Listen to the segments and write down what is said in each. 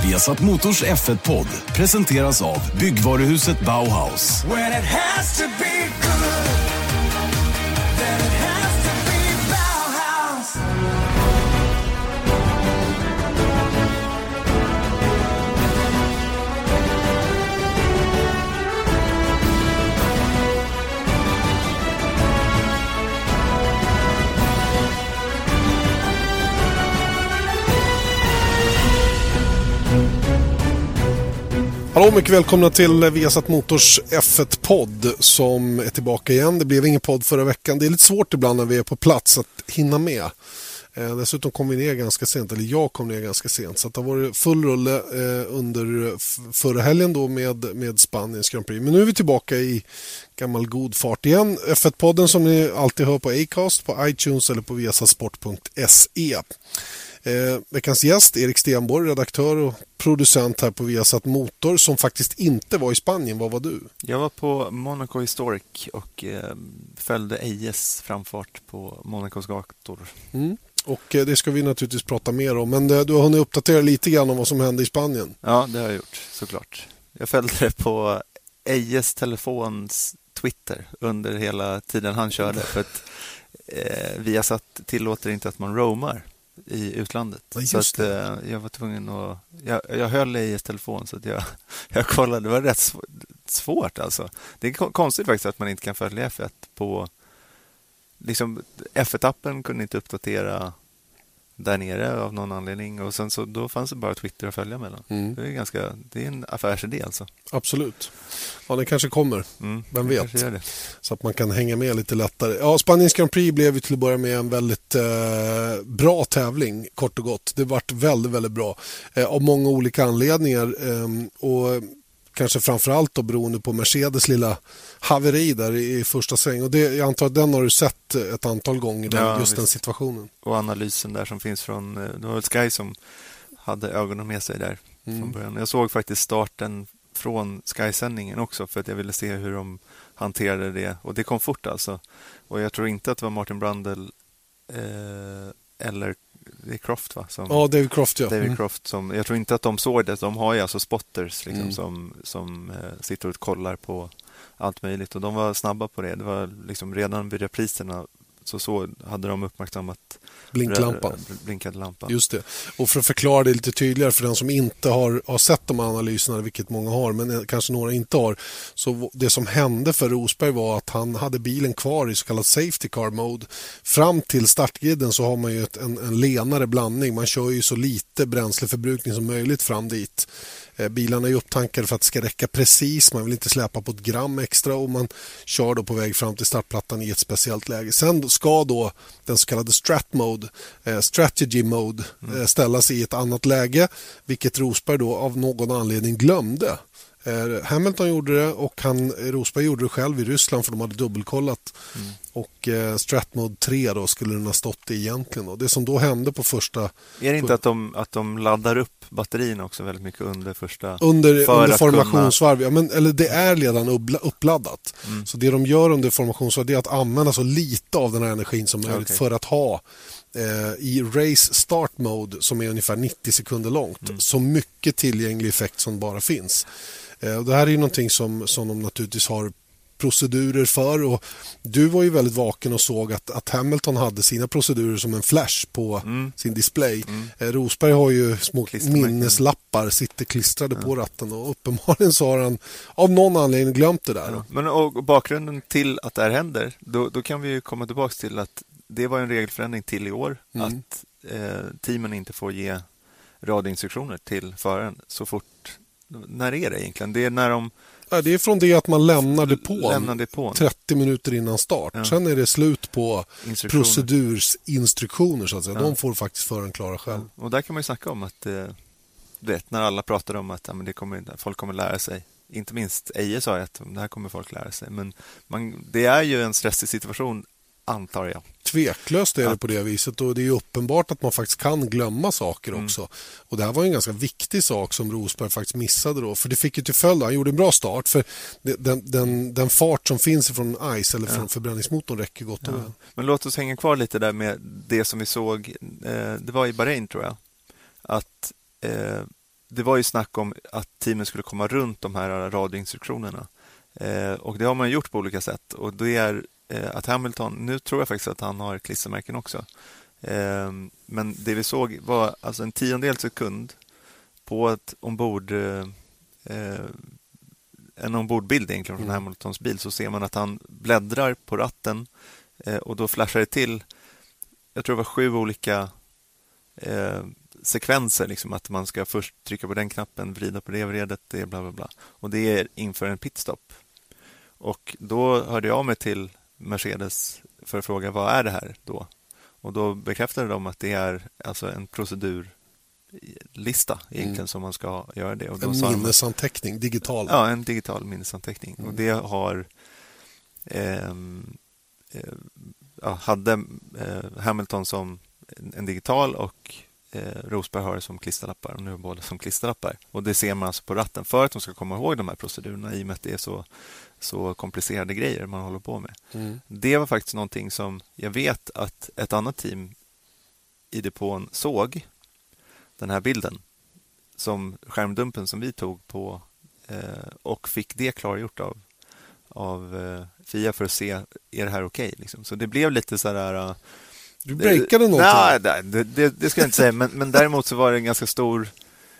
Viasat Motors F1-podd presenteras av byggvaruhuset Bauhaus. When it has to be good, then it has to be Bauhaus. Hallå, mycket välkomna till Viasat Motors F1-podd som är tillbaka igen. Det blev ingen podd förra veckan. Det är lite svårt ibland när vi är på plats att hinna med. Dessutom kom vi ner ganska sent, eller jag kom ner ganska sent. Så det har varit full rulle under förra helgen då med Spaniens Grand Prix. Men nu är vi tillbaka i gammal god fart igen. F1-podden som ni alltid hör på Acast, på iTunes eller på viasasport.se. Veckans gäst, Erik Stenborg, redaktör och producent här på Viasat Motor, som faktiskt inte var i Spanien. Vad var du? Jag var på Monaco Historic och följde Ejes framfart på Monacos gator. Och det ska vi naturligtvis prata mer om. Men du har hunnit uppdatera lite grann om vad som hände i Spanien. Ja, det har jag gjort, såklart. Jag följde det på Ejes telefons Twitter under hela tiden han körde. För att Viasat tillåter inte att man roamar i utlandet. Ja, så att jag var tvungen att... Jag höll i telefon så att jag kollade. Det var rätt svårt alltså. Det är konstigt faktiskt att man inte kan följa F1 på... Liksom, F1-appen kunde inte uppdatera där nere av någon anledning. Och sen så då fanns det bara Twitter att följa mellan. Det är en affärsidé alltså. Absolut. Ja, det kanske kommer. Vem vet? Det. Så att man kan hänga med lite lättare. Ja, Spaniens Grand Prix blev ju till att börja med en väldigt bra tävling, kort och gott. Det varit väldigt, väldigt bra. Av många olika anledningar. Och kanske framförallt då beroende på Mercedes lilla haveri där i första sväng. Och jag antar att den har du sett ett antal gånger, just den situationen. Och analysen där som finns från... Det var väl Sky som hade ögonen med sig där från början. Jag såg faktiskt starten från Sky-sändningen också för att jag ville se hur de hanterade det. Och det kom fort alltså. Och jag tror inte att det var Martin Brundle eller... Det är Croft va? David Croft, ja. David Croft som, jag tror inte att de såg det. De har ju alltså spotters liksom, som sitter och kollar på allt möjligt. Och de var snabba på det. Det var liksom redan vid repriserna så hade de uppmärksammat blinkade lampan. Just det. Och för att förklara det lite tydligare för den som inte har sett de analyserna, vilket många har, men kanske några inte har. Så det som hände för Rosberg var att han hade bilen kvar i så kallad safety car mode. Fram till startgriden så har man ju en lenare blandning. Man kör ju så lite bränsleförbrukning som möjligt fram dit. Bilarna är upptankade för att det ska räcka precis. Man vill inte släppa på ett gram extra och man kör då på väg fram till startplattan i ett speciellt läge. Sen ska då den så kallade strategy mode ställas i ett annat läge, vilket Rosberg då av någon anledning glömde. Hamilton gjorde det och Rosberg gjorde det själv i Ryssland för de hade dubbelkollat. Och Strat Mode 3 då skulle den ha stått i egentligen. Och det som då hände på första... Är det inte att de laddar upp batterierna också väldigt mycket under första... Under formationsvarv, ja, eller det är redan uppladdat. Så det de gör under formationsvarv är att använda så lite av den här energin som möjligt för att ha i race start mode som är ungefär 90 sekunder långt så mycket tillgänglig effekt som bara finns. Och det här är ju någonting som de naturligtvis har procedurer för, och du var ju väldigt vaken och såg att Hamilton hade sina procedurer som en flash på sin display. Rosberg har ju små minneslappar sitter klistrade på ratten, och uppenbarligen så har han av någon anledning glömt det där. Men och bakgrunden till att det här händer, då kan vi ju komma tillbaka till att det var en regelförändring till i år att teamen inte får ge radioinstruktioner till föraren så fort. När är det egentligen? Det är när de... Ja, det är från det att man lämnar depån 30 minuter innan start. Ja. Sen är det slut på procedursinstruktioner så att säga. De får faktiskt föraren klara själv. Ja. Och där kan man ju snacka om att när alla pratar om att folk kommer lära sig. Inte minst Eje sa att det här kommer folk lära sig. Men det är ju en stressig situation, antar jag. Tveklöst är det på det viset, och det är upp att man faktiskt kan glömma saker också. Och det här var en ganska viktig sak som Rosberg faktiskt missade då, för det fick ju till följd, han gjorde en bra start, för den fart som finns från ICE eller från förbränningsmotorn räcker gott och väl. Men låt oss hänga kvar lite där med det som vi såg, det var i Bahrain tror jag, att det var ju snack om att teamen skulle komma runt de här radioinstruktionerna. Och det har man gjort på olika sätt. Och det är att Hamilton, nu tror jag faktiskt att han har klistermärken också. Men det vi såg var alltså en 10:e sekund på ett en ombordbild egentligen från Hamiltons bil, så ser man att han bläddrar på ratten och då flashar det till, jag tror det var 7 olika sekvenser, liksom, att man ska först trycka på den knappen, vrida på det vredet, det bla bla bla. Och det är inför en pitstop. Och då hörde jag mig till Mercedes för att fråga, vad är det här då? Och då bekräftade de att det är alltså en procedurlista egentligen som man ska göra det. Och då en minnesanteckning, digital. Ja, en digital minnesanteckning. Och det har hade Hamilton som en digital och Rosberg har det som klisterlappar, och nu är båda som klisterlappar. Och det ser man alltså på ratten för att de ska komma ihåg de här procedurerna, i och med att det är så komplicerade grejer man håller på med. Det var faktiskt någonting som jag vet att ett annat team i depån såg, den här bilden som skärmdumpen som vi tog på, och fick det klargjort av FIA för att se, är det här okej? Liksom. Så det blev lite så där. Du breakade någonting. Nej, det ska jag inte säga. Men däremot så var det en ganska stor...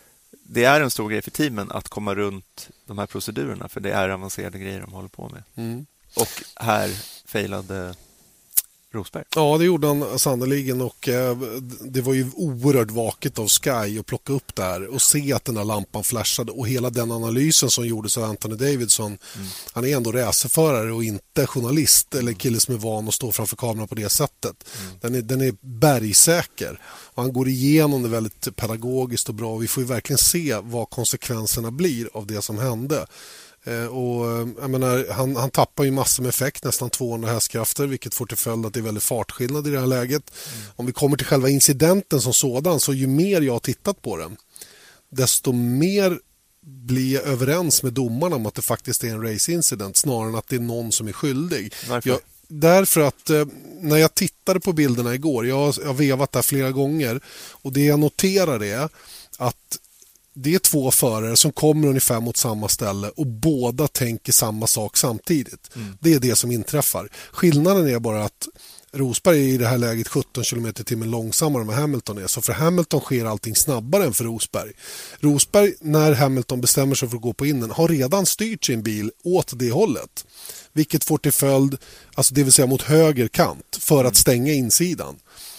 Det är en stor grej för teamen att komma runt de här procedurerna, för det är avancerade grejer de håller på med. Och här failade Rosberg. Ja, det gjorde han sannoliken, och det var ju oerhört vaket av Sky att plocka upp det här och se att den här lampan flashade, och hela den analysen som gjordes av Anthony Davidson. Han är ändå racerförare och inte journalist eller kille som är van att stå framför kameran på det sättet. Den är bergsäker, och han går igenom det väldigt pedagogiskt och bra, och vi får ju verkligen se vad konsekvenserna blir av det som hände. Och jag menar, han tappar ju massor med effekt, nästan 200 hästkrafter, vilket får till följd att det är väldigt fartskillnad i det här läget. Om vi kommer till själva incidenten som sådan, så ju mer jag har tittat på den, desto mer blir jag överens med domarna om att det faktiskt är en race incident, snarare än att det är någon som är skyldig. Varför? Därför att när jag tittade på bilderna igår, jag har vevat där flera gånger, och det jag noterar är att det är 2 förare som kommer ungefär mot samma ställe och båda tänker samma sak samtidigt. Det är det som inträffar. Skillnaden är bara att Rosberg är i det här läget 17 km/h långsammare än vad Hamilton är. Så för Hamilton sker allting snabbare än för Rosberg. Rosberg, när Hamilton bestämmer sig för att gå på innen, har redan styrt sin bil åt det hållet. Vilket får till följd, alltså det vill säga mot höger kant, för att stänga insidan.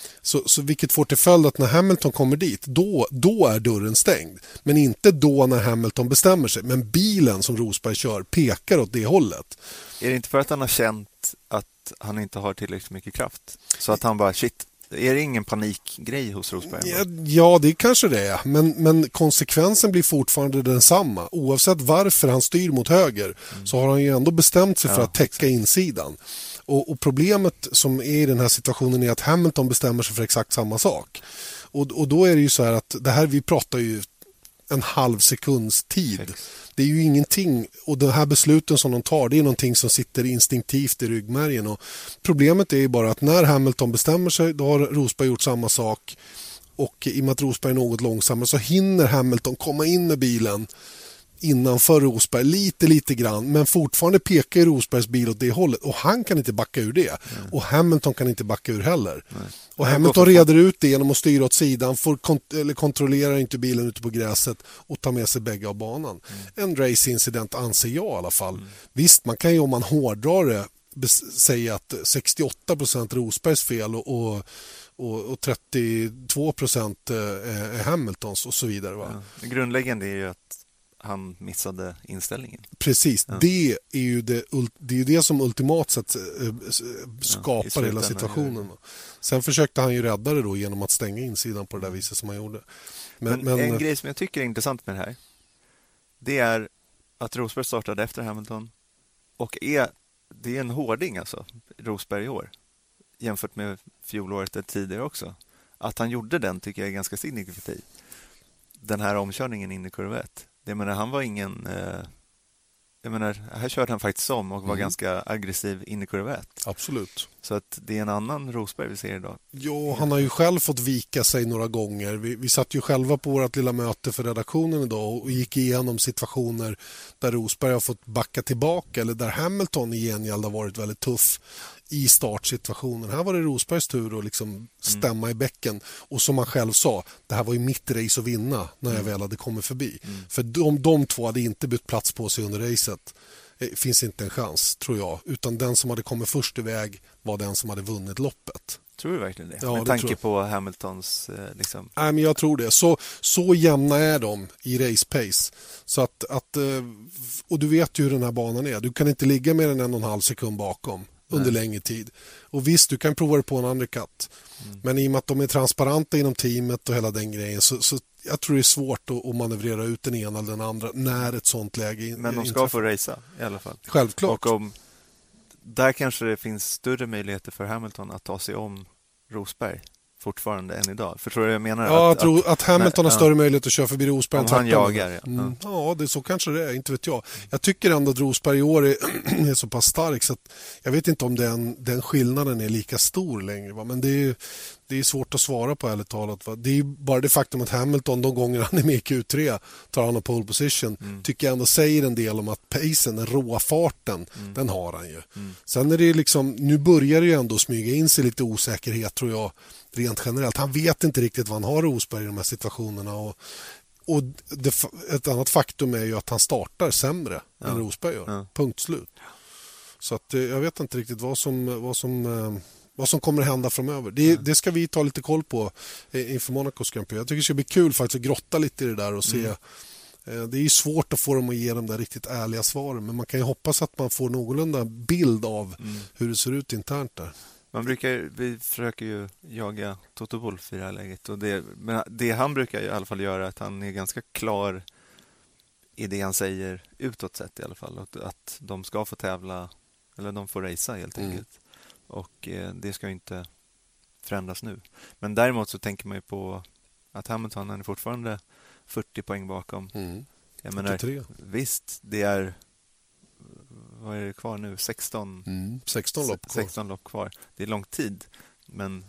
Så vilket får till följd att när Hamilton kommer dit, då är dörren stängd. Men inte då när Hamilton bestämmer sig. Men bilen som Rosberg kör pekar åt det hållet. Är det inte för att han har känt att han inte har tillräckligt mycket kraft? Så att han bara, shit, är det ingen panikgrej hos Rosberg? Ja, det kanske det är. Men konsekvensen blir fortfarande densamma. Oavsett varför han styr mot höger, så har han ju ändå bestämt sig för att täcka insidan. Och problemet som är i den här situationen är att Hamilton bestämmer sig för exakt samma sak. Och då är det ju så här att det här, vi pratar ju en halv sekunds tid. Det är ju ingenting, och de här besluten som de tar, det är någonting som sitter instinktivt i ryggmärgen. Och problemet är ju bara att när Hamilton bestämmer sig, då har Rosberg gjort samma sak. Och i och med att Rosberg är något långsammare, så hinner Hamilton komma in med bilen innanför Rosberg lite grann, men fortfarande pekar Rosbergs bil åt det hållet, och han kan inte backa ur det. Och Hamilton kan inte backa ur heller. Och Hamilton reder ut det genom att styra åt sidan, kontrollerar inte bilen ute på gräset och tar med sig bägge av banan. En race-incident anser jag i alla fall. Visst, man kan ju, om man hårdrar det, säga att 68% Rosbergs fel och 32% är Hamiltons och så vidare. Va? Det grundläggande är ju att han missade inställningen. Precis, det är ju det som ultimat sett skapar hela situationen. Sen försökte han ju rädda det då genom att stänga insidan på det där viset som han gjorde. Men en grej som jag tycker är intressant med det här, det är att Rosberg startade efter Hamilton, och det är en hårding alltså, Rosberg i år, jämfört med fjolåret eller tidigare också. Att han gjorde den tycker jag är ganska signifikativ. Den här omkörningen in i kurva 1. Jag menar, han var ingen jag menar, här körde han faktiskt om och var ganska aggressiv in i kurva 1. Absolut. Så att det är en annan Rosberg vi ser idag. Ja, han har ju själv fått vika sig några gånger. Vi satt ju själva på vårt lilla möte för redaktionen idag och gick igenom situationer där Rosberg har fått backa tillbaka eller där Hamilton i gengäld har varit väldigt tuff i startsituationen. Här var det Rosbergs tur att liksom stämma i bäcken. Och som han själv sa, det här var ju mitt race att vinna när jag väl hade kommit förbi. För de två hade inte bytt plats på sig under racet. Finns inte en chans, tror jag. Utan den som hade kommit först iväg var den som hade vunnit loppet. Tror du verkligen det? Ja, Med det tanke tror jag. på Hamiltons... liksom... Nej, men jag tror det. Så jämna är de i race pace. Så att, och du vet ju hur den här banan är. Du kan inte ligga mer än 1,5 sekund bakom under längre tid. Och visst, du kan prova det på en undercut. Men i och med att de är transparenta inom teamet och hela den grejen så jag tror det är svårt att manövrera ut den ena eller den andra när ett sånt läge Men de ska få racea i alla fall. Självklart. Och där kanske det finns större möjligheter för Hamilton att ta sig om Rosberg fortfarande än idag. Förstår du vad jag menar? Ja, jag tror att Hamilton har större möjlighet att köra förbi Rosberg än om han tvärtom. jagar. Ja. Ja, det är så kanske det är, inte vet jag. Jag tycker ändå att Rosberg i år är så pass stark så att jag vet inte om den skillnaden är lika stor längre. Va? Men det är svårt att svara på, ärligt talat. Va? Det är bara det faktum att Hamilton de gånger han är med i Q3 tar han en pole position tycker jag ändå säger en del om att pacen, den råa farten, den har han ju. Sen är det liksom, nu börjar det ju ändå smyga in sig lite osäkerhet, tror jag, rent generellt. Han vet inte riktigt vad han har Rosberg i de här situationerna och ett annat faktum är ju att han startar sämre än Rosberg gör. Ja. Punkt slut. Så att jag vet inte riktigt vad som kommer att hända framöver. Det ska vi ta lite koll på inför Monacos Grand Prix. Jag tycker det ska bli kul faktiskt att grotta lite i det där och se. Det är ju svårt att få dem att ge de där riktigt ärliga svaren, men man kan ju hoppas att man får någorlunda bild av hur det ser ut internt där. Vi försöker ju jaga Toto Wolff i det här läget. Och det han brukar i alla fall göra är att han är ganska klar i det han säger utåt sett i alla fall. Att de ska få tävla, eller de får racea helt enkelt. Och det ska inte förändras nu. Men däremot så tänker man ju på att Hamilton är fortfarande 40 poäng bakom. Jag menar, 43. visst, det är... Vad är det kvar nu? 16 lopp kvar. Det är lång tid, men...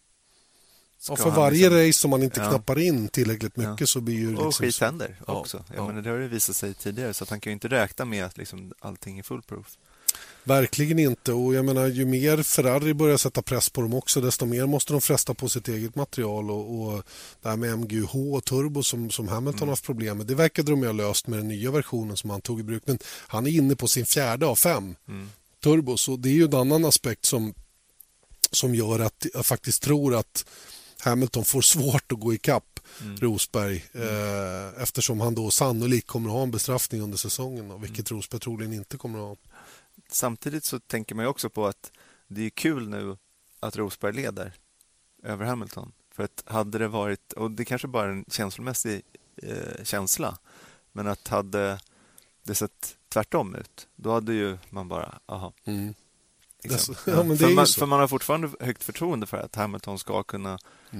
För varje race som man inte knappar in tillräckligt mycket så blir ju... Liksom... Och skit händer också. Men det har ju visat sig tidigare, så att han kan ju inte räkna med att liksom allting är fullproof. Verkligen inte. Och jag menar, ju mer Ferrari börjar sätta press på dem också, desto mer måste de fresta på sitt eget material. Och det här med MGUH och turbo som Hamilton har haft problem med, det verkar de ha löst med den nya versionen som han tog i bruk. Men han är inne på sin 4:e av 5 turbo, så det är ju en annan aspekt som gör att jag faktiskt tror att Hamilton får svårt att gå ikapp Rosberg eftersom han då sannolikt kommer att ha en bestraffning under säsongen, vilket Rosberg troligen inte kommer att ha. Samtidigt så tänker man ju också på att det är kul nu att Rosberg leder över Hamilton. För att hade det varit, och det kanske bara är en känslomässig känsla, men att hade det sett tvärtom ut, då hade ju man bara, aha. Liksom. För man har fortfarande högt förtroende för att Hamilton ska kunna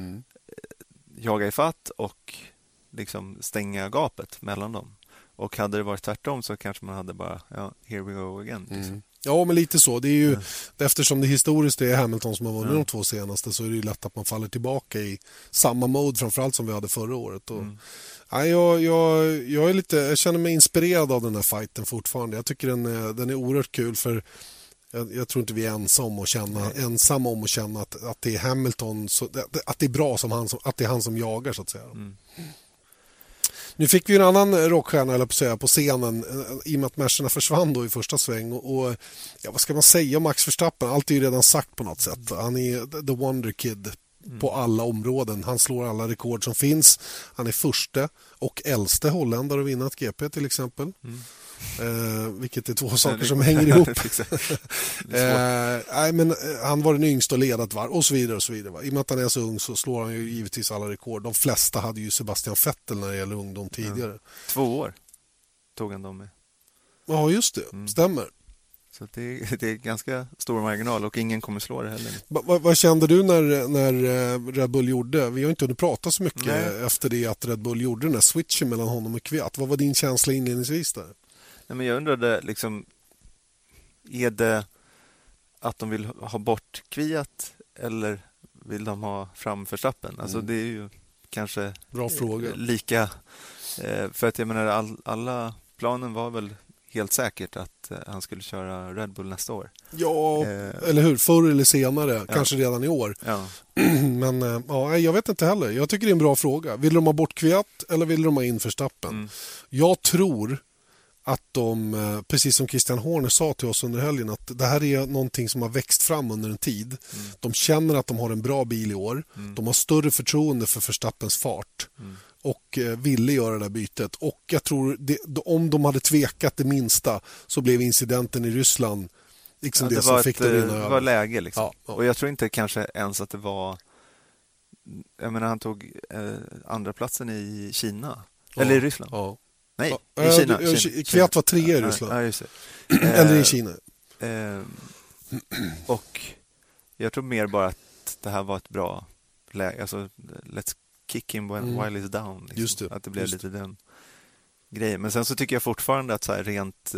jaga ifatt och liksom stänga gapet mellan dem. Och hade det varit tvärtom så kanske man hade bara, here we go again. Liksom. Ja, men lite så. Det är ju, eftersom det historiskt är Hamilton som har vunnit de 2 senaste, så är det ju lätt att man faller tillbaka i samma mode, framförallt som vi hade förra året. Och, jag känner mig inspirerad av den här fighten fortfarande. Jag tycker den är oerhört kul, för jag tror inte vi är ensamma om att känna att det är Hamilton, att det är bra att det är han som jagar, så att säga. Nu fick vi en annan rockstjärna, eller på att säga, på scenen i och med att matcherna försvann då i första sväng. Och vad ska man säga om Max Verstappen? Allt är ju redan sagt på något sätt. Han är the wonder kid på alla områden. Han slår alla rekord som finns. Han är första och äldste holländare att vinna ett GP till exempel. Vilket är 2 saker som hänger ihop. Men han var den yngsta och ledat var och så vidare och så vidare. I och med att han är så ung så slår han ju givetvis alla rekord. De flesta hade ju Sebastian Vettel när det gäller ungdom tidigare. 2 år tog han dem med. Ja, just det. Stämmer. Så det är ganska stor marginal och ingen kommer slå det heller. Vad kände du när Red Bull gjorde? Vi har inte hunnit prata så mycket efter det att Red Bull gjorde den här switchen mellan honom och Kvyat. Vad var din känsla inledningsvis där? Nej, men jag undrade liksom, är det att de vill ha bort Kvyat eller vill de ha fram Verstappen? Alltså det är ju kanske Bra fråga. lika, för att jag menar alla planen var väl helt säkert att han skulle köra Red Bull nästa år. Ja, eller hur? Förr eller senare, kanske redan i år. Ja. Men ja, jag vet inte heller. Jag tycker det är en bra fråga. Vill de ha bort Kvyat eller vill de ha in Verstappen? Jag tror att de, precis som Christian Horner sa till oss under helgen, att det här är någonting som har växt fram under en tid. De känner att de har en bra bil i år. De har större förtroende för Verstappens fart och ville göra det här bytet. Och jag tror, om de hade tvekat det minsta så blev incidenten i Ryssland liksom det som fick det vinna. Det var läge liksom. Ja. Och jag tror inte kanske ens att det var, jag menar han tog andra platsen i Kina. Eller i Ryssland. Ja. Nej, i Kina. Kvyat var 3 i Ryssland. Ja, just det. Eller i Kina. Och jag tror mer bara att det här var ett bra läge. Alltså, let's kick him while he's down. Liksom. Just det. Att det blev lite den grejen. Men sen så tycker jag fortfarande att så här rent,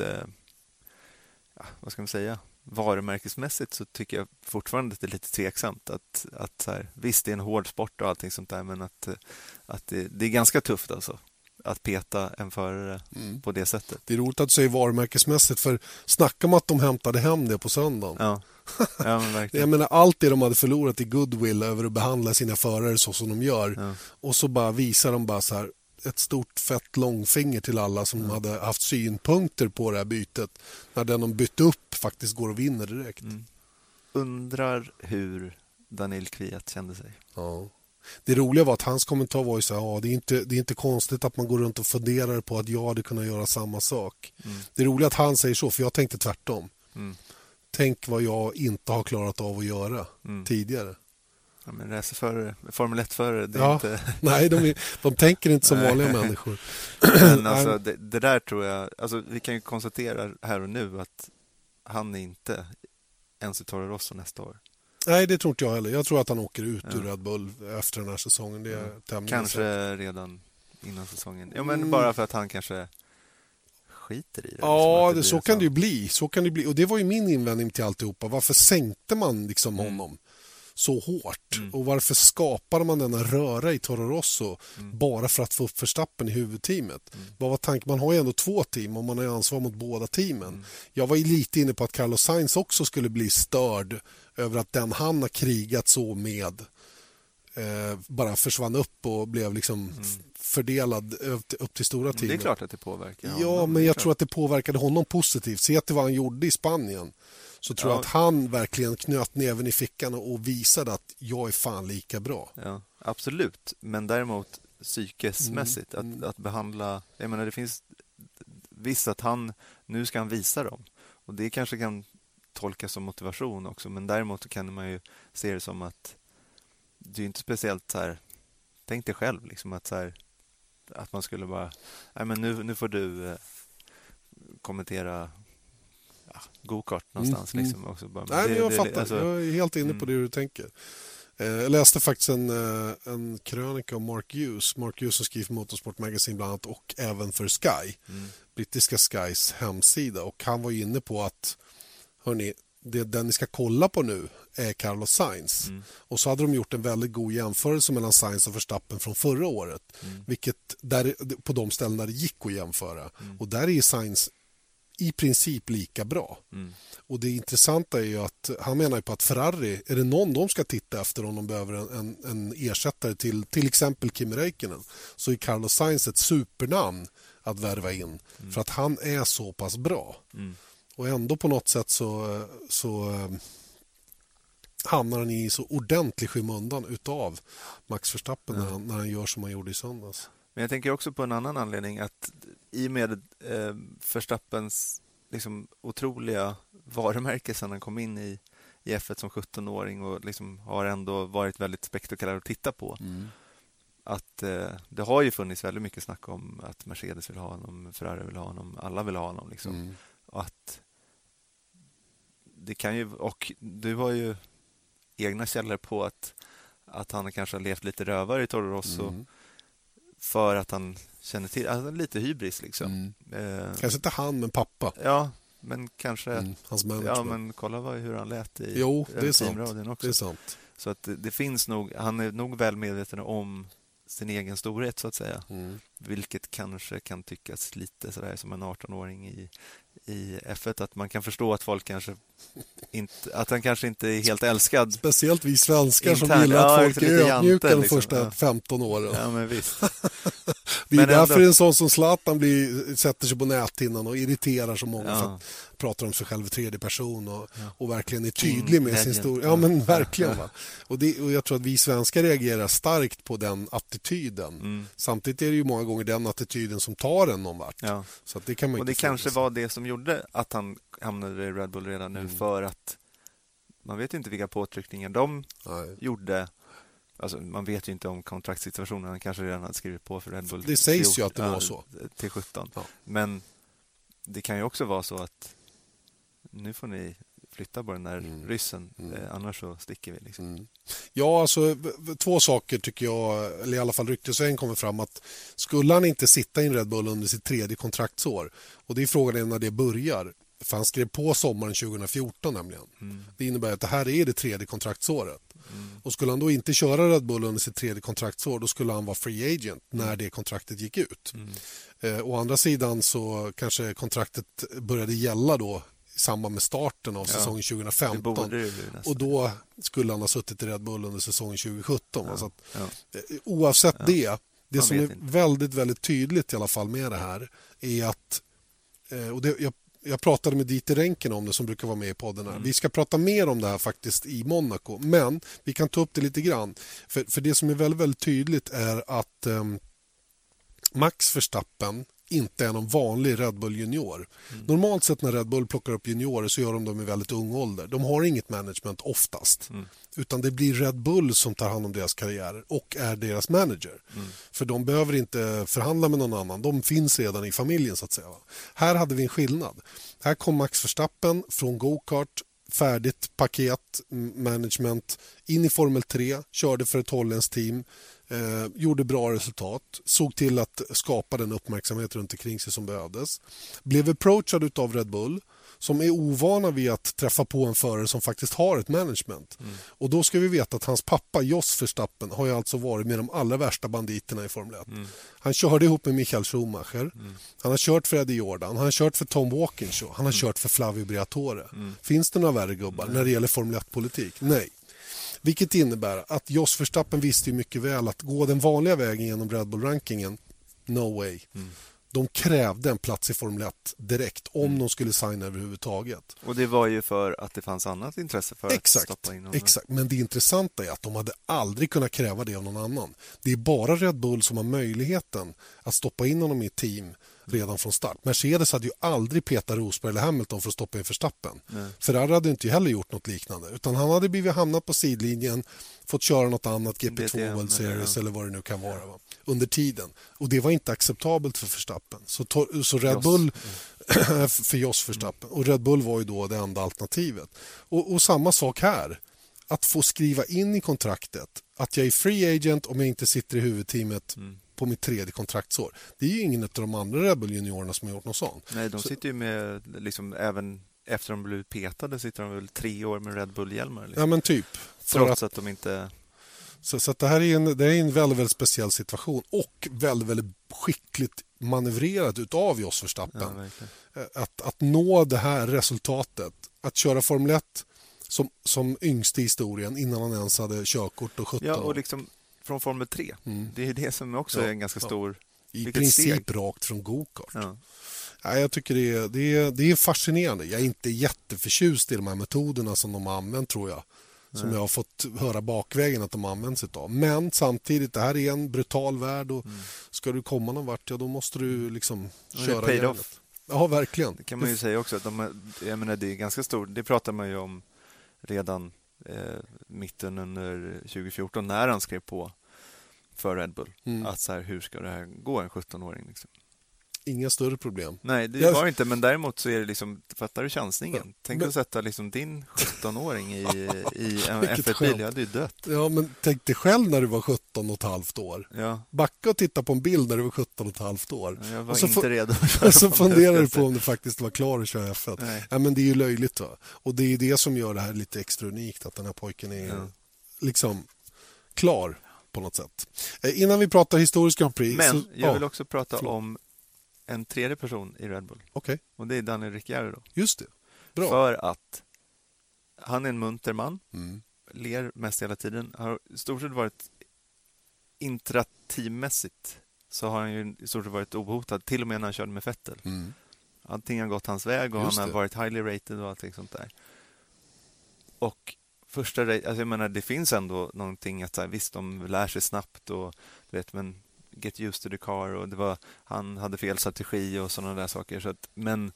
vad ska man säga, varumärkesmässigt så tycker jag fortfarande att det är lite tveksamt. Att så här, visst, det är en hård sport och allting sånt där, men att det är ganska tufft alltså. Att peta en förare på det sättet. Det är roligt att du säger varumärkesmässigt, för snacka om att de hämtade hem det på söndagen. Ja, men verkligen. Jag menar, allt det de hade förlorat i goodwill över att behandla sina förare så som de gör. Ja. Och så bara visar de bara så här ett stort fett långfinger till alla som hade haft synpunkter på det här bytet. När den de bytte upp faktiskt går och vinner direkt. Undrar hur Daniil Kvyat kände sig. Ja. Det roliga var att hans kommentar var ju så här, det är inte konstigt att man går runt och funderar på att jag hade kunnat göra samma sak. Det är roligt att han säger så, för jag tänkte tvärtom. Tänk vad jag inte har klarat av att göra tidigare. Ja, men racerförare, Formel 1-förare, det är Ja, inte... nej, de tänker inte som vanliga människor. Men alltså, det där tror jag... Alltså, vi kan ju konstatera här och nu att han är inte ens i Toro Rosso nästa år. Nej, det tror inte jag heller. Jag tror att han åker ut ur Red Bull efter den här säsongen. Det är kanske säkert. Redan innan säsongen. Ja, men bara för att han kanske skiter i det. Ja, liksom, så kan det ju bli. Så kan det bli. Och det var ju min invändning till alltihopa. Varför sänkte man liksom honom så hårt? Och varför skapade man denna röra i Toro Rosso bara för att få upp Verstappen i huvudteamet? Vad var tanken? Man har ju ändå 2 team och man har ansvar mot båda teamen. Jag var ju lite inne på att Carlos Sainz också skulle bli störd över att den han har krigat så med bara försvann upp och blev liksom fördelad upp till stora team. Det är klart att det påverkar. Ja, men jag tror att det påverkade honom positivt. Se till vad han gjorde i Spanien. Så tror jag att han verkligen knöt näven i fickan och visade att jag är fan lika bra. Ja, absolut. Men däremot psykesmässigt att behandla... Jag menar, det finns visst att nu ska han visa dem. Och det kanske kan tolkas som motivation också. Men däremot kan man ju se det som att det är inte speciellt så här... Tänk dig själv liksom att så här, att man skulle bara... Nej, men nu får du kommentera... go-kart någonstans. Liksom, också bara. Nej, men jag fattar. Alltså, jag är helt inne på det du tänker. Jag läste faktiskt en krönika om Mark Hughes. Mark Hughes som skriver för Motorsport Magazine bland annat och även för Sky. Brittiska Skys hemsida. Och han var inne på att den ni ska kolla på nu är Carlos Sainz. Och så hade de gjort en väldigt god jämförelse mellan Sainz och Verstappen från förra året. Vilket på de ställen där det gick att jämföra. Och där är Sainz i princip lika bra. Och det intressanta är ju att han menar ju på att Ferrari, är det någon de ska titta efter om de behöver en ersättare till exempel Kimi Räikkönen, så är Carlos Sainz ett supernamn att värva in för att han är så pass bra. Och ändå på något sätt så hamnar han i så ordentlig skymundan utav Max Verstappen när han gör som han gjorde i söndags. Men jag tänker också på en annan anledning att i med Verstappens liksom otroliga varumärke sedan han kom in i F1 som 17-åring och liksom har ändå varit väldigt spektakulär att titta på. Att det har ju funnits väldigt mycket snack om att Mercedes vill ha honom, Ferrari vill ha honom, alla vill ha honom liksom. Och att det kan ju, och du har ju egna källor på att han kanske har levt lite rövare i Toro Rosso för att han känner till, alltså lite hybris liksom. Kanske inte han, men pappa. Ja, men kanske Hans management. ja, men kolla hur han lät i det är sant. teamradion också. Det är sant. Så att det finns nog, han är nog väl medveten om sin egen storhet så att säga. Vilket kanske kan tyckas lite sådär som en 18-åring i F1, att man kan förstå att folk kanske inte, att han kanske inte är helt älskad. Speciellt vi svenskar som Internt, gillar att folk lite är ödmjuka de liksom. första 15 åren. Ja, men visst. Det är Men därför ändå- en sån som Zlatan sätter sig på näthinnan och irriterar så många för att pratar om sig själv i tredje person och verkligen är tydlig med sin historia. Ja, men verkligen. Va? Och jag tror att vi svenskar reagerar starkt på den attityden. Samtidigt är det ju många gånger den attityden som tar en någon vart. Ja. Så att det kan man Och det inte kanske fråga var det som gjorde att han hamnade i Red Bull redan nu, för att man vet inte vilka påtryckningar de Nej. gjorde. Alltså, man vet ju inte om kontraktssituationen. Han kanske redan hade skrivit på för Red Bull. Det sägs ju att det var så. Till 17. Ja. Men det kan ju också vara så att nu får ni flytta på den där ryssen. Annars så sticker vi. Liksom. Ja, alltså två saker tycker jag, eller i alla fall ryktesvägen kommer fram, att skulle han inte sitta i en Red Bull under sitt tredje kontraktsår, och det är frågan när det börjar, för han skrev på sommaren 2014 nämligen. Det innebär att det här är det tredje kontraktsåret. Och skulle han då inte köra Red Bull under sitt tredje kontraktsår, då skulle han vara free agent när det kontraktet gick ut. Å andra sidan så kanske kontraktet började gälla då i samband med starten av säsongen 2015. Och då skulle han ha suttit i Red Bull under säsongen 2017. Så att, oavsett det som är väldigt, väldigt tydligt i alla fall med det här är att, och jag pratade med Dieter Renken om det, som brukar vara med i podden här. Vi ska prata mer om det här faktiskt i Monaco, men vi kan ta upp det lite grann. För det som är väldigt, väldigt tydligt är att Max Verstappen inte är någon vanlig Red Bull junior. Normalt sett när Red Bull plockar upp juniorer så gör de dem i väldigt ung ålder. De har inget management oftast. Utan det blir Red Bull som tar hand om deras karriärer och är deras manager. För de behöver inte förhandla med någon annan. De finns redan i familjen så att säga. Här hade vi en skillnad. Här kom Max Verstappen från go-kart, färdigt paket, management, in i Formel 3, körde för ett holländskt team, gjorde bra resultat, såg till att skapa den uppmärksamhet runt omkring sig som behövdes. Blev approachad av Red Bull, som är ovana vid att träffa på en förare som faktiskt har ett management. Och då ska vi veta att hans pappa Jos Verstappen har ju alltså varit med de allra värsta banditerna i Formel 1. Han körde ihop med Michael Schumacher. Han har kört för Eddie Jordan. Han har kört för Tom Walkinshaw. Han har kört för Flavio Briatore. Finns det några värre gubbar när det gäller Formel 1-politik? Nej. Vilket innebär att Jos Verstappen visste ju mycket väl att gå den vanliga vägen genom Red Bull-rankingen, no way. De krävde en plats i Formel 1 direkt om de skulle signa överhuvudtaget. Och det var ju för att det fanns annat intresse för att stoppa in honom. Exakt, men det intressanta är att de hade aldrig kunnat kräva det av någon annan. Det är bara Red Bull som har möjligheten att stoppa in honom i ett team redan från start. Mercedes hade ju aldrig petat Rosberg eller Hamilton för att stoppa in Verstappen. Ferrari hade inte heller gjort något liknande, utan han hade blivit hamnat på sidlinjen, fått köra något annat, GP2 World Series eller vad det nu kan vara, va? Under tiden. Och det var inte acceptabelt för Verstappen. Så Red Bull för Jos Verstappen. Och Red Bull var ju då det enda alternativet. Och samma sak här. Att få skriva in i kontraktet att jag är free agent om jag inte sitter i huvudteamet på mitt tredje kontraktsår. Det är ju ingen av de andra Red Bull juniorerna som har gjort något sånt. Nej, de sitter ju med, liksom, även efter de blev petade sitter de väl 3 år med Red Bull-hjälmar. Liksom. Ja, men typ. Trots att de inte... Så att det här är en väldigt, väldigt speciell situation och väldigt, väldigt skickligt manövrerat utav Jos Verstappen. Att nå det här resultatet, att köra Formel 1 som yngst i historien innan han ens hade körkort och 17 år. Ja, och liksom från Formel 3. Det är det som också är en ganska stor... I princip rakt från go-kart. Ja, jag tycker det är fascinerande. Jag är inte jätteförtjust i de här metoderna som de har använt, tror jag. Som jag har fått höra bakvägen att de används utav. Men samtidigt, det här är en brutal värld och ska du komma någon vart, ja, då måste du liksom köra järnet. Ja, verkligen. Det kan man ju säga också. Jag menar, det är ganska stort. Det pratar man ju om redan mitten under 2014 när han skrev på för Red Bull. Att så här, hur ska det här gå en 17-åring liksom? Inga större problem. Nej, det var inte, men däremot så är det liksom, fattar du chansningen? Tänk att sätta liksom din 17-åring i en Vilket F1-bil, skämt. jag hade ju dött. Ja, men tänk dig själv när du var 17 och ett halvt år. Ja, Backa och titta på en bild när du var 17 och ett halvt år. jag var Och så inte redo att köra Och så på funderar du det. på om du faktiskt var klar att köra F1. Nej. Ja, men det är ju löjligt. Va? Och det är det som gör det här lite extra unikt, att den här pojken är liksom klar på något sätt. Innan vi pratar historisk Grand Prix. Men så, jag vill ja, också prata förlåt. om en tredje person i Red Bull. Okej, Och det är Daniel Ricciardo. just det. Bra. För att han är en munter man. Mm. Ler mest hela tiden. Har i stort sett varit intrateammässigt så har han ju i stort sett varit ohotad. Till och med när han körde med Vettel. Mm. Allting har gått hans väg och Just han har det. varit highly rated och allting sånt där. Och alltså jag menar, det finns ändå någonting att så här, visst, de lär sig snabbt och du vet, men get used to the car och han hade fel strategi och sådana där saker. Så att, men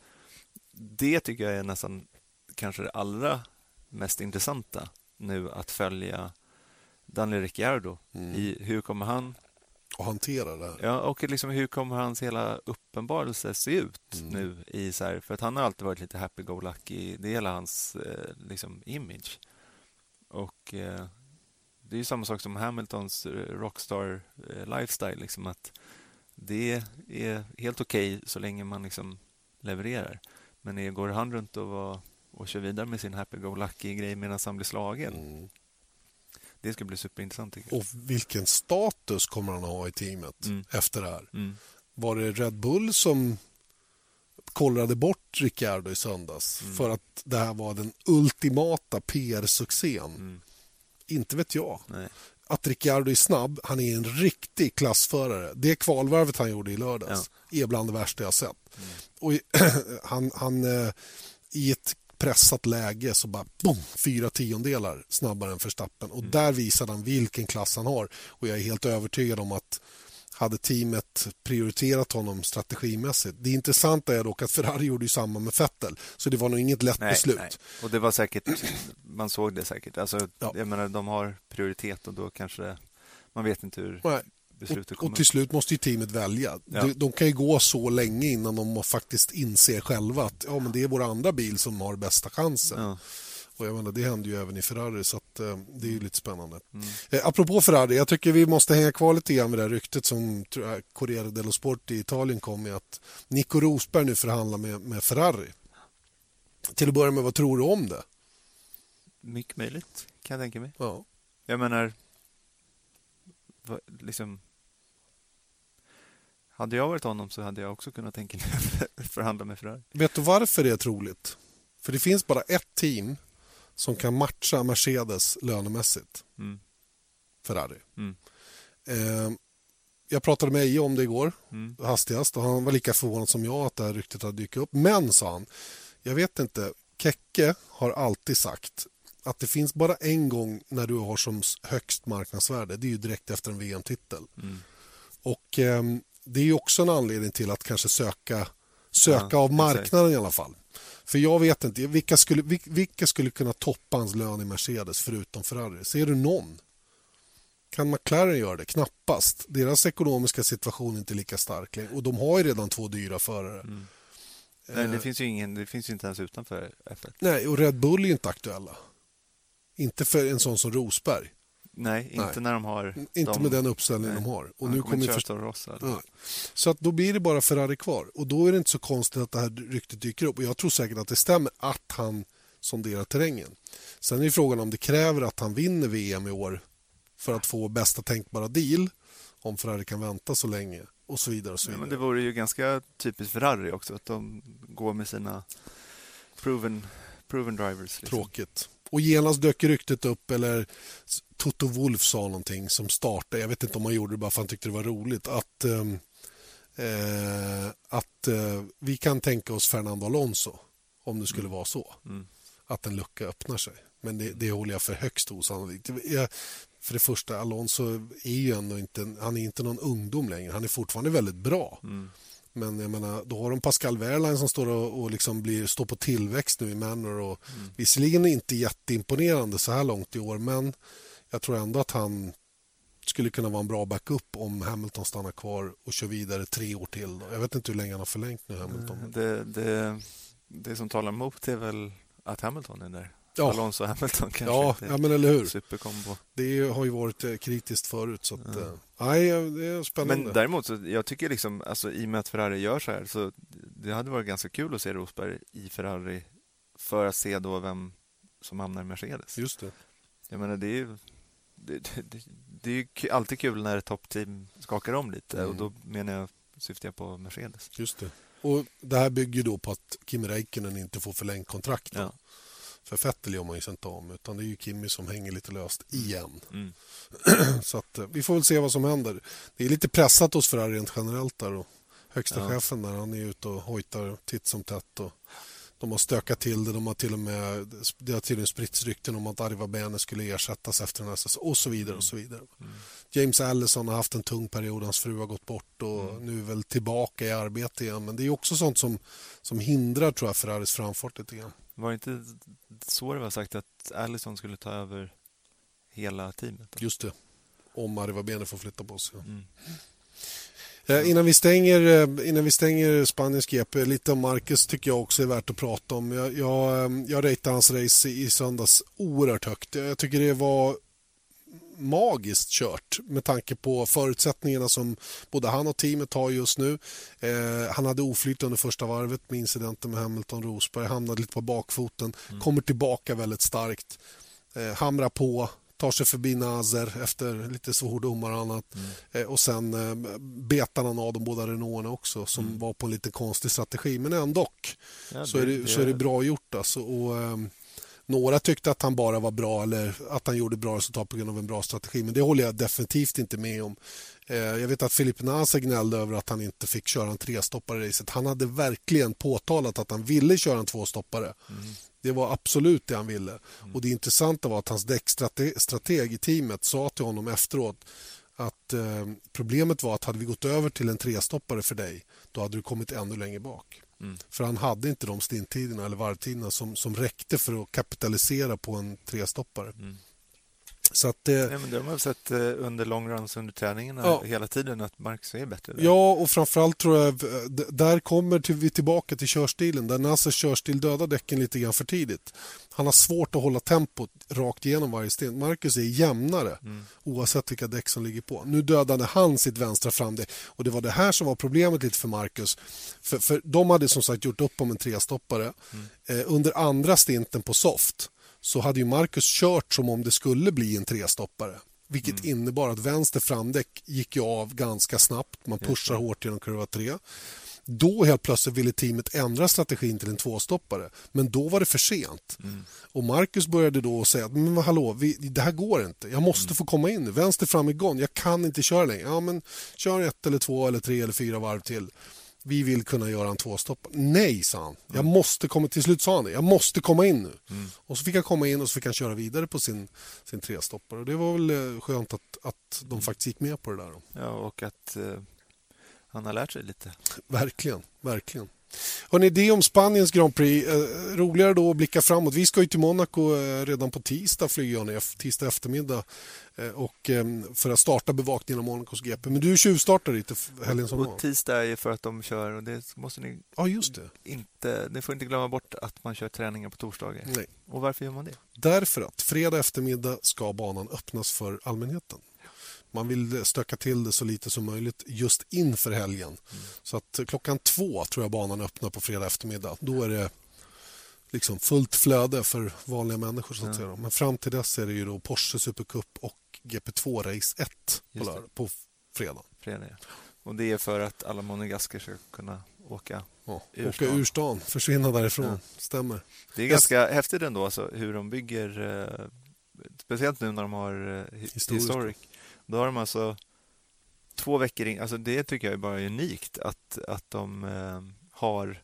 det tycker jag är nästan kanske det allra mest intressanta nu, att följa Daniel Ricciardo i hur kommer han Och hantera det här. Ja, och liksom hur kommer hans hela uppenbarelse se ut nu i så här, för att han har alltid varit lite happy-go-lucky, det är hela hans liksom image. Och det är ju samma sak som Hamiltons rockstar lifestyle, liksom, att det är helt okej så länge man liksom levererar. Men går han runt och kör vidare med sin happy-go-lucky-grej medan han blir slagen? Det ska bli superintressant, tycker jag. Och vilken status kommer han att ha i teamet efter det här? Var det Red Bull som kollade bort Ricciardo i söndags för att det här var den ultimata PR-succén? Inte vet jag. Nej. Att Ricciardo är snabb, han är en riktig klassförare. Det kvalvarvet han gjorde i lördags är bland det värsta jag sett. Och han i ett pressat läge så bara boom, 4/10 snabbare än Verstappen. Och där visade han vilken klass han har. Och jag är helt övertygad om att hade teamet prioriterat honom strategimässigt. Det intressanta är dock att Ferrari gjorde ju samma med Vettel. Så det var nog inget lätt beslut. Nej. Och det var säkert, man såg det säkert. Alltså, jag menar, de har prioritet och då kanske man vet inte hur beslutet kommer. Och till slut måste ju teamet välja. Ja. De kan ju gå så länge innan de faktiskt inser själva att men det är vår andra bil som har bästa chansen. Ja. Och jag menar, det händer ju även i Ferrari, så att, det är ju lite spännande. Apropå Ferrari, jag tycker vi måste hänga kvar lite grann med det här ryktet som Corriere dello Sport i Italien kom med, att Nico Rosberg nu förhandlar med Ferrari. Till att börja med, vad tror du om det? Mycket möjligt, kan jag tänka mig. Ja. Jag menar, liksom, hade jag varit honom så hade jag också kunnat tänka mig att förhandla med Ferrari. Vet du varför det är troligt? För det finns bara ett team som kan matcha Mercedes lönemässigt. Ferrari. Jag pratade med Eje om det igår, hastigast, och han var lika förvånad som jag att det här ryktet hade dykt upp. Men, sa han, jag vet inte, Kekke har alltid sagt att det finns bara en gång när du har som högst marknadsvärde. Det är ju direkt efter en VM-titel. Och det är ju också en anledning till att kanske söka av marknaden i alla fall. För jag vet inte, vilka skulle kunna toppa hans lön i Mercedes förutom Ferrari? Ser du någon? Kan McLaren göra det? Knappast. Deras ekonomiska situation är inte lika stark. Och de har ju redan 2 dyra förare. Nej, det finns ju inte ens utanför F1. Nej, och Red Bull är ju inte aktuella. Inte för en sån som Rosberg. Nej, inte när de har... Inte med den uppställningen de har. Och nu kommer så att då blir det bara Ferrari kvar. Och då är det inte så konstigt att det här ryktet dyker upp. Och jag tror säkert att det stämmer att han sonderar terrängen. Sen är det frågan om det kräver att han vinner VM i år för att få bästa tänkbara deal. Om Ferrari kan vänta så länge. Och så vidare och så vidare. Men det vore ju ganska typiskt Ferrari också, att de går med sina proven drivers. Liksom. Tråkigt. Och genast dök ryktet upp, eller Toto Wolff sa någonting som startade, jag vet inte om han gjorde det bara för han tyckte det var roligt, att vi kan tänka oss Fernando Alonso om det skulle vara så. Att en lucka öppnar sig. Men det håller jag för högst osannolikt. För det första, Alonso är ju ändå inte någon ungdom längre. Han är fortfarande väldigt bra. Men jag menar, då har de Pascal Wehrlein som står och liksom står på tillväxt nu i Manor. Och visserligen inte jätteimponerande så här långt i år, men jag tror ändå att han skulle kunna vara en bra backup om Hamilton stannar kvar och kör vidare 3 år till. Då. Jag vet inte hur länge han har förlängt nu, Hamilton. Det som talar emot är väl att Hamilton är där. Ja. Alonso och Hamilton kanske Ja, inte men eller hur? Superkombo. Det har ju varit kritiskt förut. Så att, nej, det är spännande. Men däremot, så jag tycker liksom, alltså, i och med att Ferrari gör så här, så det hade varit ganska kul att se Rosberg i Ferrari för att se då vem som hamnar i Mercedes. Just det. Jag menar, det är ju alltid kul när ett toppteam skakar om lite och då syftar jag på Mercedes. Just det. Och det här bygger då på att Kimi Räikkönen inte får förlängt kontrakt. Ja. För Vettel gör man ju inte om, utan det är ju Kimi som hänger lite löst igen. Så att, vi får väl se vad som händer. Det är lite pressat hos Ferrari rent generellt där. Och högsta chefen där, han är ute och hojtar titt som tätt. Och de har stökat till det. Det har till och med spritts rykten om att Arriva Bene skulle ersättas efter den här säsongen och så vidare och så vidare. James Allison har haft en tung period, hans fru har gått bort och nu är väl tillbaka i arbete igen. Men det är också sånt som hindrar, tror jag, Ferraris framfart lite grann. Var det inte så det var sagt att Allison skulle ta över hela teamet? Då? Just det. Om Arriva Bene får flytta på sig. Innan vi stänger Spaniens GP, lite om Marcus tycker jag också är värt att prata om. Jag ratear hans race i söndags oerhört högt. Jag tycker det var magiskt kört med tanke på förutsättningarna som både han och teamet har just nu. Han hade oflyt under första varvet med incidenten med Hamilton Rosberg, hamnade lite på bakfoten, kommer tillbaka väldigt starkt, hamrar på, tar sig förbi Nazer efter lite svordomar och annat. Och sen betar han av de båda Renaulterna också som var på en lite konstig strategi, men ändå så är det bra gjort alltså. Och några tyckte att han bara var bra eller att han gjorde bra resultat på grund av en bra strategi, men det håller jag definitivt inte med om. Jag vet att Felipe Nasr gnällde över att han inte fick köra en 3-stoppare i racet. Han hade verkligen påtalat att han ville köra en 2-stoppare. Det var absolut det han ville. Och det intressanta var att hans däckstrateg i teamet sa till honom efteråt att problemet var att hade vi gått över till en 3-stoppare för dig, då hade du kommit ännu längre bak. För han hade inte de stinttiderna eller varvtiderna som räckte för att kapitalisera på en 3-stoppare. Så att, men det har man sett under long runs under träningarna hela tiden att Marcus är bättre där. Ja, och framförallt tror jag där kommer vi tillbaka till körstilen där Nasers körstil dödar däcken lite grann för tidigt. Han har svårt att hålla tempot rakt igenom varje sten. Marcus är jämnare oavsett vilka däck som ligger på. Nu dödade han sitt vänstra framdäck och det var det här som var problemet lite för Marcus. För de hade som sagt gjort upp om en 3-stoppare. Under andra stinten på soft så hade ju Marcus kört som om det skulle bli en 3-stoppare. Vilket innebar att vänster framdäck gick ju av ganska snabbt. Man pushar hårt genom kurva 3. Då helt plötsligt ville teamet ändra strategin till en 2-stoppare. Men då var det för sent. Och Marcus började då säga att men hallå, det här går inte. Jag måste få komma in nu. Vänster fram igång. Jag kan inte köra längre. Ja, men kör 1 eller 2 eller 3 eller 4 varv till. Vi vill kunna göra en 2-stoppare. Nej, sa han. Jag måste komma till slut, sa han det. Jag måste komma in nu. Och så fick han komma in och så fick han köra vidare på sin 3-stoppare. Och det var väl skönt att de faktiskt gick med på det där. Ja, och att han har lärt sig lite. Verkligen, verkligen. Hörrni, det om Spaniens Grand Prix. Roligare då att blicka framåt. Vi ska ju till Monaco redan på tisdag, flyger jag ner, tisdag eftermiddag. Och för att starta bevakningen av Monacos GP. Men du tjuvstartar lite helgen som var. Och tisdag är för att de kör, och det måste ni just det. Ni får inte glömma bort att man kör träningar på torsdagar. Nej. Och varför gör man det? Därför att fredag eftermiddag ska banan öppnas för allmänheten. Man vill stöka till det så lite som möjligt just inför helgen. Så att 2:00 tror jag banan öppnar på fredag eftermiddag. Då är det liksom fullt flöde för vanliga människor så att säga. Men fram till dess är det ju då Porsche Supercup och GP2 Race 1 på fredag. Och det är för att alla monegasker ska kunna åka ur stan, försvinna därifrån. Stämmer. Det är ganska häftigt ändå alltså, hur de bygger, speciellt nu när de har Historic. Då har de alltså 2 veckor in, alltså det tycker jag är bara unikt att de har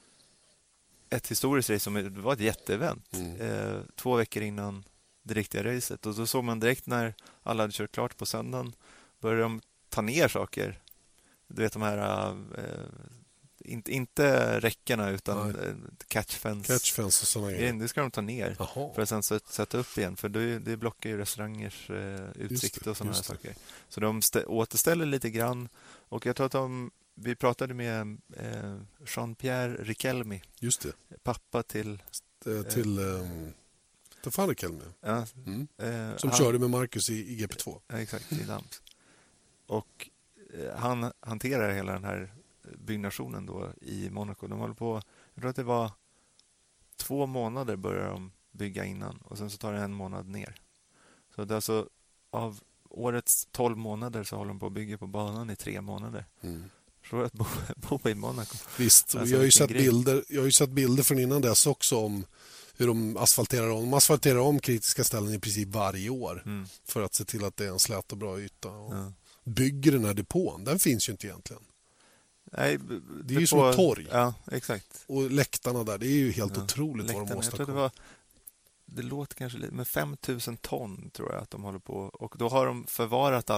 ett historiskt race som var ett jätteevent 2 veckor innan det riktiga racet. Och då såg man direkt när alla hade kört klart på söndagen började de ta ner saker. Du vet de här inte räckena utan catchfence. Catchfence och sådana grejer. Det ska de ta ner Jaha. för att sen sätta upp igen. För det blockar ju restaurangers utsikt och sådana här saker. Så de återställer lite grann. Och jag tror att vi pratade med Jean-Pierre Riquelme. Just det. Pappa till... Stefan Riquelme. Ja, Som körde med Marcus i GP2. Ja, exakt, i Dams. Och han hanterar hela den här byggnationen då i Monaco. De håller på, jag tror att det var 2 månader börjar de bygga innan och sen så tar det 1 månad ner. Så det är alltså av årets 12 månader så håller de på att bygga på banan i 3 månader. Så att bo i Monaco. Visst, alltså, jag har ju sett bilder från innan dess också om hur de asfalterar om. De asfalterar om kritiska ställen i princip varje år för att se till att det är en slät och bra yta. Och bygger den här depån, den finns ju inte egentligen. Nej, det är ju som ett torg. Ja, exakt. Och läktarna där, det är ju helt otroligt vad de åstadkommer. Det låter kanske lite, men 5 000 ton tror jag att de håller på. Och då har de förvarat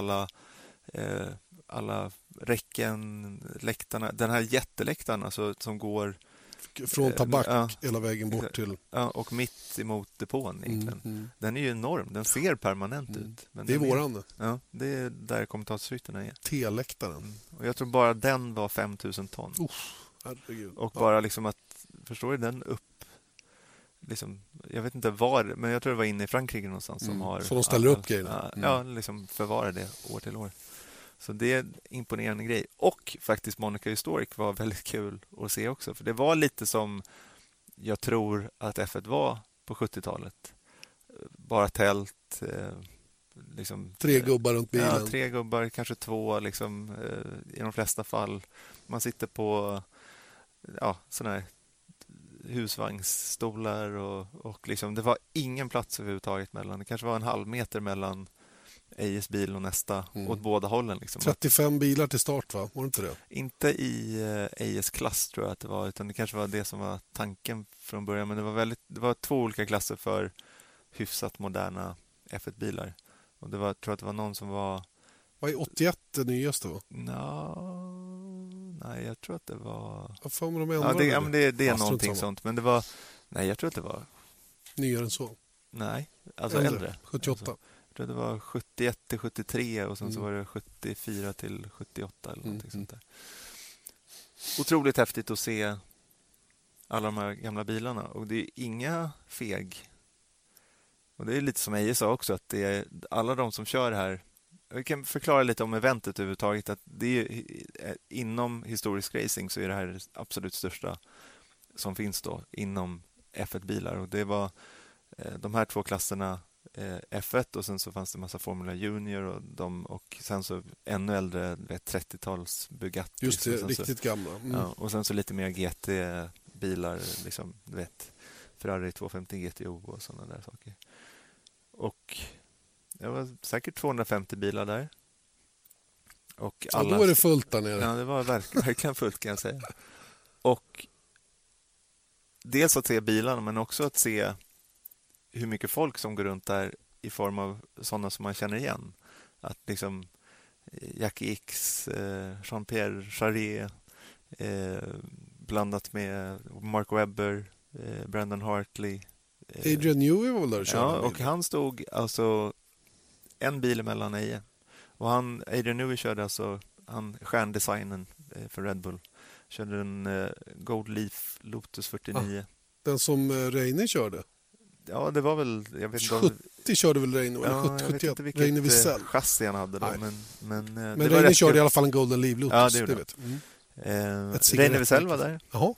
alla räcken, läktarna, den här jätteläktaren alltså, som går från Tabak hela vägen bort till... Ja, och mitt emot depån egentligen. Den är ju enorm, den ser permanent ut. Men det är våran. Ja, det är där kommentatorsrytterna är. T-läktaren. Och jag tror bara den var 5 000 ton. Herregud. Och bara liksom att, förstår du, den upp liksom, jag vet inte var, men jag tror det var inne i Frankrike någonstans som har... Så de ställer upp grejerna? Ja, liksom förvarar det år till år. Så det är en imponerande grej. Och faktiskt Monaco Historic var väldigt kul att se också. För det var lite som jag tror att F1 var på 70-talet. Bara tält. Liksom, 3 gubbar runt bilen. Ja, 3 gubbar, kanske 2 liksom, i de flesta fall. Man sitter på sådana här husvagnsstolar och liksom, det var ingen plats överhuvudtaget mellan. Det kanske var en halv meter mellan Ejes bil och nästa åt båda hållen. Liksom. 35 bilar till start, va? Var det inte det? Inte i Ejes klass tror jag att det var, utan det kanske var det som var tanken från början. Men det var 2 olika klasser för hyfsat moderna F1-bilar. Och tror jag att det var någon som var... Vad är 81 det nyaste, va? Nej, jag tror att det var... Vad fan de det är någonting sånt. Men det var... Nej, jag tror att det var... Nyare än så? Nej, alltså äldre. 78. Alltså, jag tror det var 71 till 73 och sen så var det 74 till 78 eller någonting sånt där. Otroligt häftigt att se alla de här gamla bilarna. Och det är inga feg. Och det är lite som Eje sa också, att det är alla de som kör här. Vi kan förklara lite om eventet överhuvudtaget. Att det är, inom historisk racing så är det här det absolut största som finns då inom F1-bilar. Och det var de här 2 klasserna F1 och sen så fanns det massa Formula Junior och sen så ännu äldre 30-tals Bugatti. Just det, riktigt gamla. Ja, och sen så lite mer GT-bilar, liksom, du vet, Ferrari 250 GTO och sådana där saker. Och det var säkert 250 bilar där. Och alla... då är det fullt där nere. Ja, det var verkligen fullt kan jag säga. Och dels att se bilarna men också att se hur mycket folk som går runt där i form av sådana som man känner igen. Att liksom Jackie X, Jean-Pierre Charrier blandat med Mark Webber, Brandon Hartley. Adrian Newey var väl där och körde. Ja, och han stod alltså en bil emellan Eje. Och Adrian Newey körde alltså stjärndesignen för Red Bull. Körde en Gold Leaf Lotus 49. Den som Reine körde? Ja, det var väl... Jag vet 70 körde väl Reine, eller 70-71. Reine Wiesel. Chassi han hade då. Men Reine körde i alla fall en Golden Leaf Lotus. Ja, det vet. Reine Wiesel var där. Jaha.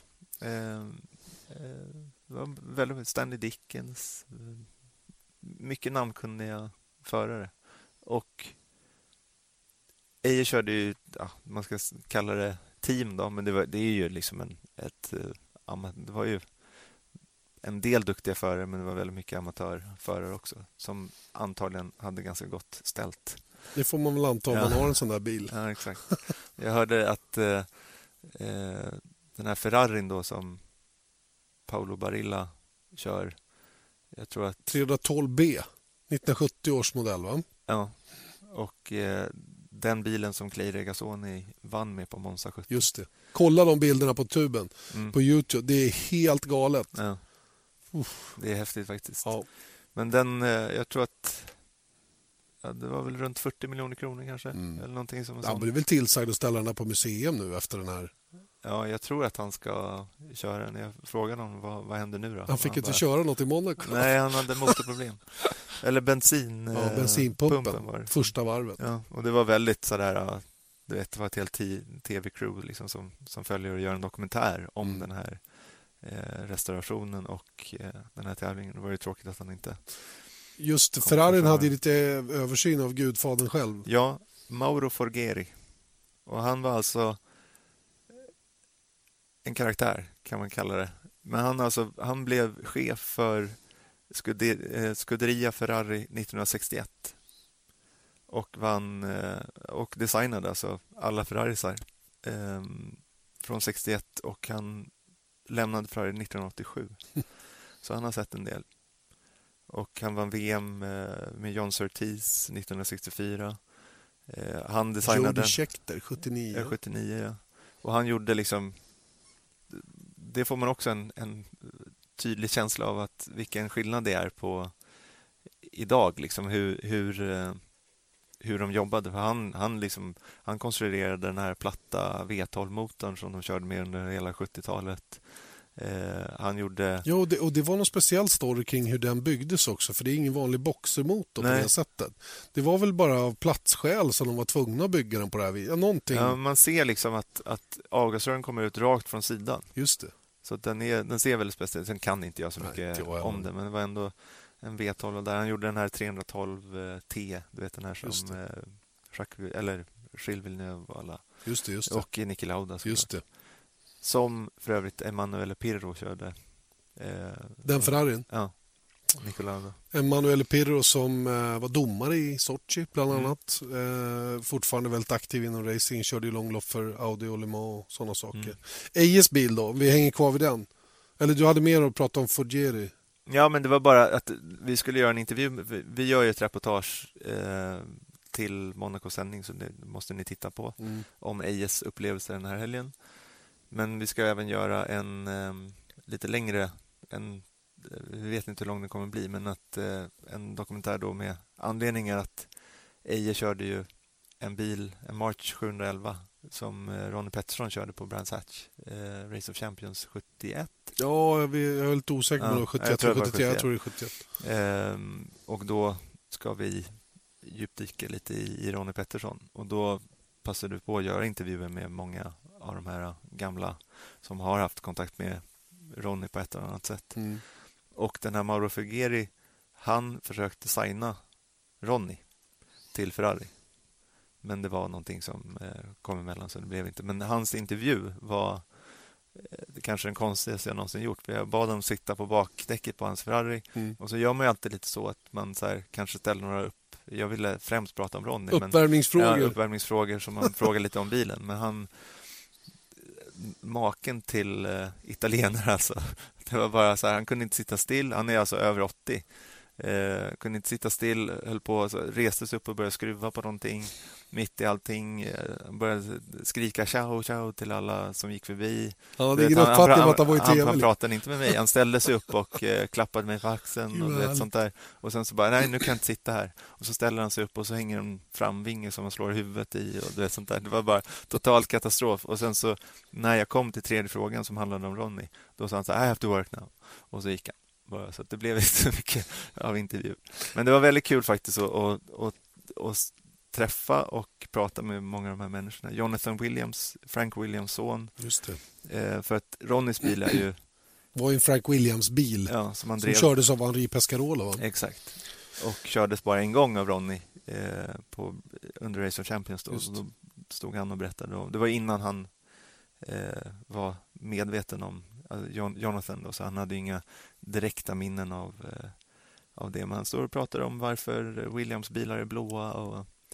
Det var väldigt Stanley Dickens. Mycket namnkunniga förare. Och Eje körde ju, man ska kalla det team då, men det är ju liksom det var ju en del duktiga förare, men det var väldigt mycket amatörförare också som antagligen hade ganska gott ställt. Det får man väl anta om man har en sån där bil. Ja, exakt. Jag hörde att den här Ferrarin då som Paolo Barilla kör, jag tror att 312B 1970 års modell, va? Ja. Och den bilen som Clay Regazzoni vann med på Monza 70. Just det. Kolla de bilderna på tuben på YouTube. Det är helt galet. Ja. Det är häftigt faktiskt. Ja. Men den, jag tror att det var väl runt 40 miljoner kronor kanske. Eller någonting som Han blir väl tillsagd att ställa den här på museum nu efter den här. Ja, jag tror att han ska köra den. Jag frågade honom vad händer nu då. Han fick inte köra något i Monaco. Nej, han hade motorproblem. Eller bensinpumpen var det. Första varvet. Ja, och det var väldigt sådär, du vet, det var ett helt tv-crew liksom som följer och gör en dokumentär om den här restaurationen och den här tävlingen. Det var ju tråkigt att han inte... Just Ferrarin hade ju lite översyn av gudfadern själv. Ja, Mauro Forgeri. Och han var alltså en karaktär, kan man kalla det. Men han blev chef för Scuderia Ferrari 1961 och vann och designade alltså alla Ferrarisar från 61, och han lämnade Ferrari 1987. Så han har sett en del. Och han vann VM med John Surtees 1964. Han designade... Jody Scheckter 79. 79, ja. Och han gjorde liksom... Det får man också en tydlig känsla av att vilken skillnad det är på idag. Liksom, hur de jobbade. För han konstruerade den här platta V12-motorn som de körde med under hela 70-talet. Han gjorde... Ja, och det var någon speciell story kring hur den byggdes också, för det är ingen vanlig boxermotor på det sättet. Det var väl bara av platsskäl som de var tvungna att bygga den på det här viset. Någonting... Ja, man ser liksom att avgasrören kommer ut rakt från sidan. Just det. Så att den ser väldigt speciell. Sen kan inte jag så mycket om det, men det var ändå en V12 där han gjorde den här 312 T, du vet den här som eller Gilles Villeneuve och alla. Just det. Och Niki Lauda. Just det. Som för övrigt Emanuele Pirro körde. Den Ferrarin? Ja, Niki Lauda. Emanuele Pirro som var domare i Sochi bland annat. Fortfarande väldigt aktiv inom racing. Körde ju långlopp för Audi och Le Mans och sådana saker. Ejes bil då, vi hänger kvar vid den. Eller du hade mer att prata om Forgeri. Ja, men det var bara att vi skulle göra en intervju. Vi gör ju ett reportage till Monacos sändning, så det måste ni titta på. Om Ejes upplevelse den här helgen. Men vi ska även göra en lite längre, vi vet inte hur lång den kommer bli, men en dokumentär då med anledningar att Eje körde ju en bil, en March 711 som Ronnie Peterson körde på Brands Hatch, Race of Champions 71. Ja, jag är lite osäker på 71 eller 73, jag tror det är 71. Och då ska vi djupdyka lite i Ronnie Peterson, och då passar du på att göra intervjuer med många av de här gamla som har haft kontakt med Ronnie på ett eller annat sätt. Och den här Mauro Forgeri, han försökte signa Ronnie till Ferrari. Men det var någonting som kom emellan, så det blev inte. Men hans intervju var kanske den konstigaste jag någonsin gjort. Jag bad dem sitta på bakdäcket på hans Ferrari. Och så gör man ju alltid lite så att man så här, kanske ställer några upp. Jag ville främst prata om Ronnie. Uppvärmningsfrågor. Uppvärmningsfrågor som man frågar lite om bilen. Men maken till italienare alltså. Det var bara så här, han kunde inte sitta still. Han är alltså över 80. Kunde inte sitta still, höll på, så reste sig upp och började skruva på någonting mitt i allting, började skrika ciao, ciao till alla som gick förbi. Ja, det är ingen uppfattning om att han var i TV. Han pratade inte med mig, han ställde sig upp och klappade mig på axeln och vet, sånt där. Och sen så bara, nej, nu kan jag inte sitta här. Och så ställer han sig upp och så hänger en framvinge som han slår huvudet i och det, sånt där. Det var bara total katastrof. Och sen så, när jag kom till tredje frågan som handlade om Ronnie, då sa han så här, I have to work now. Och så gick han. Bara, så att det blev inte så mycket av intervju. Men det var väldigt kul faktiskt att träffa och prata med många av de här människorna. Jonathan Williams, Frank Williams son. Just det. För att Ronnies bil är ju... var en Frank Williams bil, ja, som kördes av Henri Pescarolo. Va? Exakt. Och kördes bara en gång av Ronnie under Race of Champions. Då stod han och berättade. Det var innan han var medveten om Jonathan då, så han hade inga direkta minnen av det. Men han står och pratar om varför Williams bilar är blåa och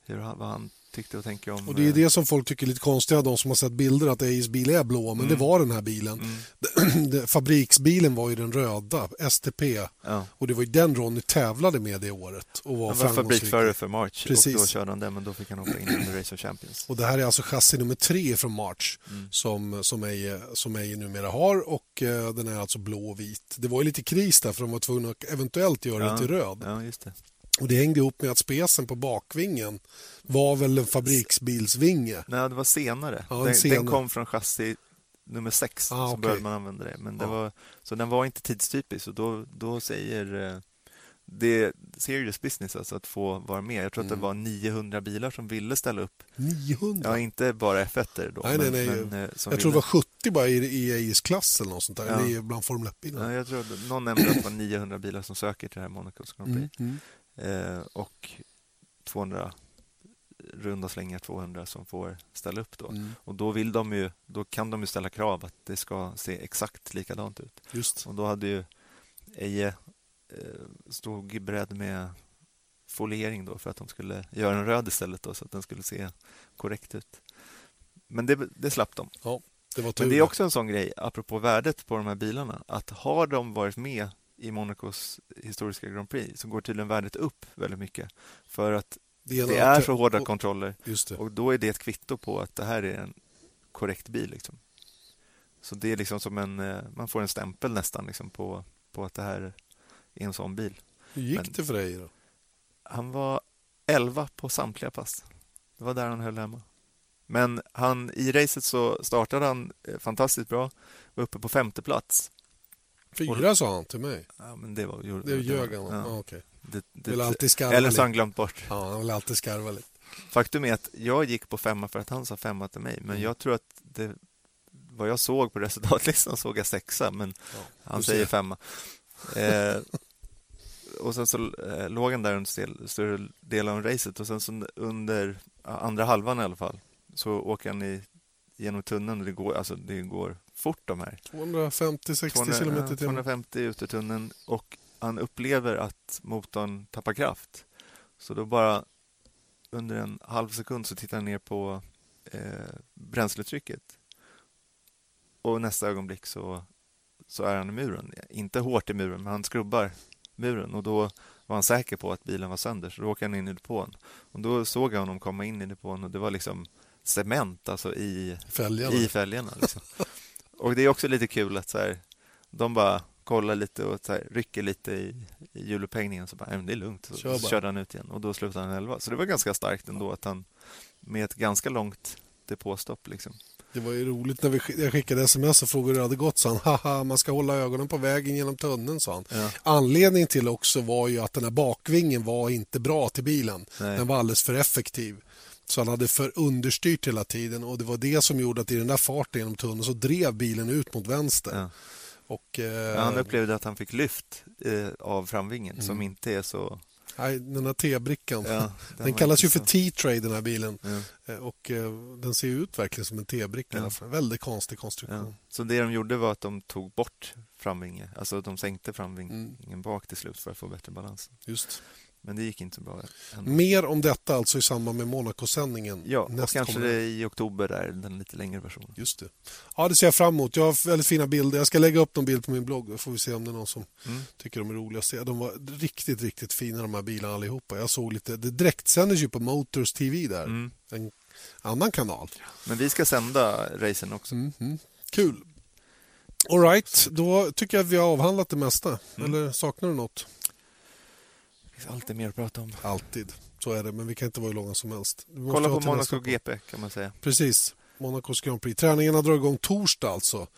vad han tyckte och tänkte om... Och det är det som folk tycker är lite konstigt, de som har sett bilder att Ace bil är blå, men det var den här bilen. Fabriksbilen var ju den röda, STP. Ja. Och det var ju den Ronny tävlade med det året och var Han var framgångsrik. fabrikförare för March. Precis. Och då körde han det, men då fick han hoppa in i The Race of Champions. Och det här är alltså chassi nummer 3 från March som Eje numera har, och den är alltså blå och vit. Det var ju lite kris där för de var tvungna att eventuellt göra det till röd. Ja, just det. Och det hängde ihop med att specen på bakvingen var väl en fabriksbilsvinge. Nej, det var senare. Ja, den kom från chassi nummer 6, så okej. började man använda det. Men så den var inte tidstypisk, och då säger det är serious business alltså att få vara med. Jag tror att det var 900 bilar som ville ställa upp. 900? Ja, inte bara F1 då. Nej. Jag tror det var 70 bara i EIS-klass eller något sånt där. Eller bland Formel 1-bilar. Ja, jag tror att någon nämnde att det var 900 bilar som söker till det här Monacos Grand Prix. Och 200 runda slängar 200 som får ställa upp då. Och då kan de ju ställa krav att det ska se exakt likadant ut. Just. Och då hade ju Eje stod beredd med foliering då för att de skulle göra en röd istället då, så att den skulle se korrekt ut. Men det slapp de. Ja, det var tur. Men det är också en sån grej, apropå värdet på de här bilarna, att har de varit med i Monacos historiska Grand Prix så går tydligen värdet upp väldigt mycket. För att det är så hårda kontroller. Just det. Och då är det ett kvitto på att det här är en korrekt bil. Liksom. Så det är liksom som man får en stämpel nästan liksom på att det här är en sån bil. Hur gick det för dig då? Han var 11 på samtliga pass. Det var där han höll hemma. Men i racet så startade han fantastiskt bra. Var uppe på 5:e plats. 4 sa han till mig. Ja, men det var Det ljög han. ja. Okej. Det, Vill alltid skarva eller så lite. har han glömt bort. Ja, han vill alltid skarva lite. Faktum är att jag gick på 5 för att han sa 5 till mig. Men jag tror att vad jag såg på resultatlistan såg jag 6, men han säger 5. Och sen så låg han där under större del av racet. Och sen så under andra halvan i alla fall så åker han genom tunneln. Och det går fort de här. 250-60 kilometer till. 250 ut ur tunneln, och han upplever att motorn tappar kraft. Så då bara under en halv sekund så tittar han ner på bränsletrycket. Och nästa ögonblick så är han i muren. Inte hårt i muren, men han skrubbar muren. Och då var han säker på att bilen var sönder. Så då åker han in i depån. Och då såg jag honom komma in i depån. Och det var liksom cement alltså i fälgarna. Liksom. Och det är också lite kul att så här, de bara kollar lite och så här, rycker lite i hjulupphängningen. Så bara, det är lugnt. Så körde han ut igen. Och då slutade han 11. Så det var ganska starkt ändå att han med ett ganska långt depåstopp liksom. Det var ju roligt när jag skickade sms och frågade hur det hade gått. Så han, haha, man ska hålla ögonen på vägen genom tunneln, sa han. Ja. Anledningen till också var ju att den här bakvingen var inte bra till bilen. Nej. Den var alldeles för effektiv. Så han hade för understyrt hela tiden. Och det var det som gjorde att i den där farten genom tunneln så drev bilen ut mot vänster. Ja. Och, han upplevde att han fick lyft av framvingen som inte är så... Nej, den här T-brickan. Ja, den kallas ju för T-Trade, den här bilen. Ja. Och den ser ut verkligen som en T-bricka. Ja. Väldigt konstig konstruktion. Ja. Så det de gjorde var att de tog bort framvingen. Alltså de sänkte framvingen bak till slut för att få bättre balans. Just. Men det gick inte så bra. Mer om detta alltså i samband med Monaco-sändningen. Ja, och kanske det i oktober där, den lite längre versionen. Just det. Ja, det ser jag fram emot. Jag har väldigt fina bilder. Jag ska lägga upp någon bild på min blogg. Då får vi se om det är någon som tycker de är roliga att se. De var riktigt, riktigt fina de här bilarna allihopa. Jag såg lite, det direktsändes ju på Motors TV där. En annan kanal. Men vi ska sända racen också. Kul. All right, då tycker jag att vi har avhandlat det mesta. Eller saknar du något? Det finns alltid mer att prata om. Alltid, så är det. Men vi kan inte vara hur långa som helst. Kolla på Monaco GP kan man säga. Precis, Monacos Grand Prix. Träningarna drar igång torsdag alltså.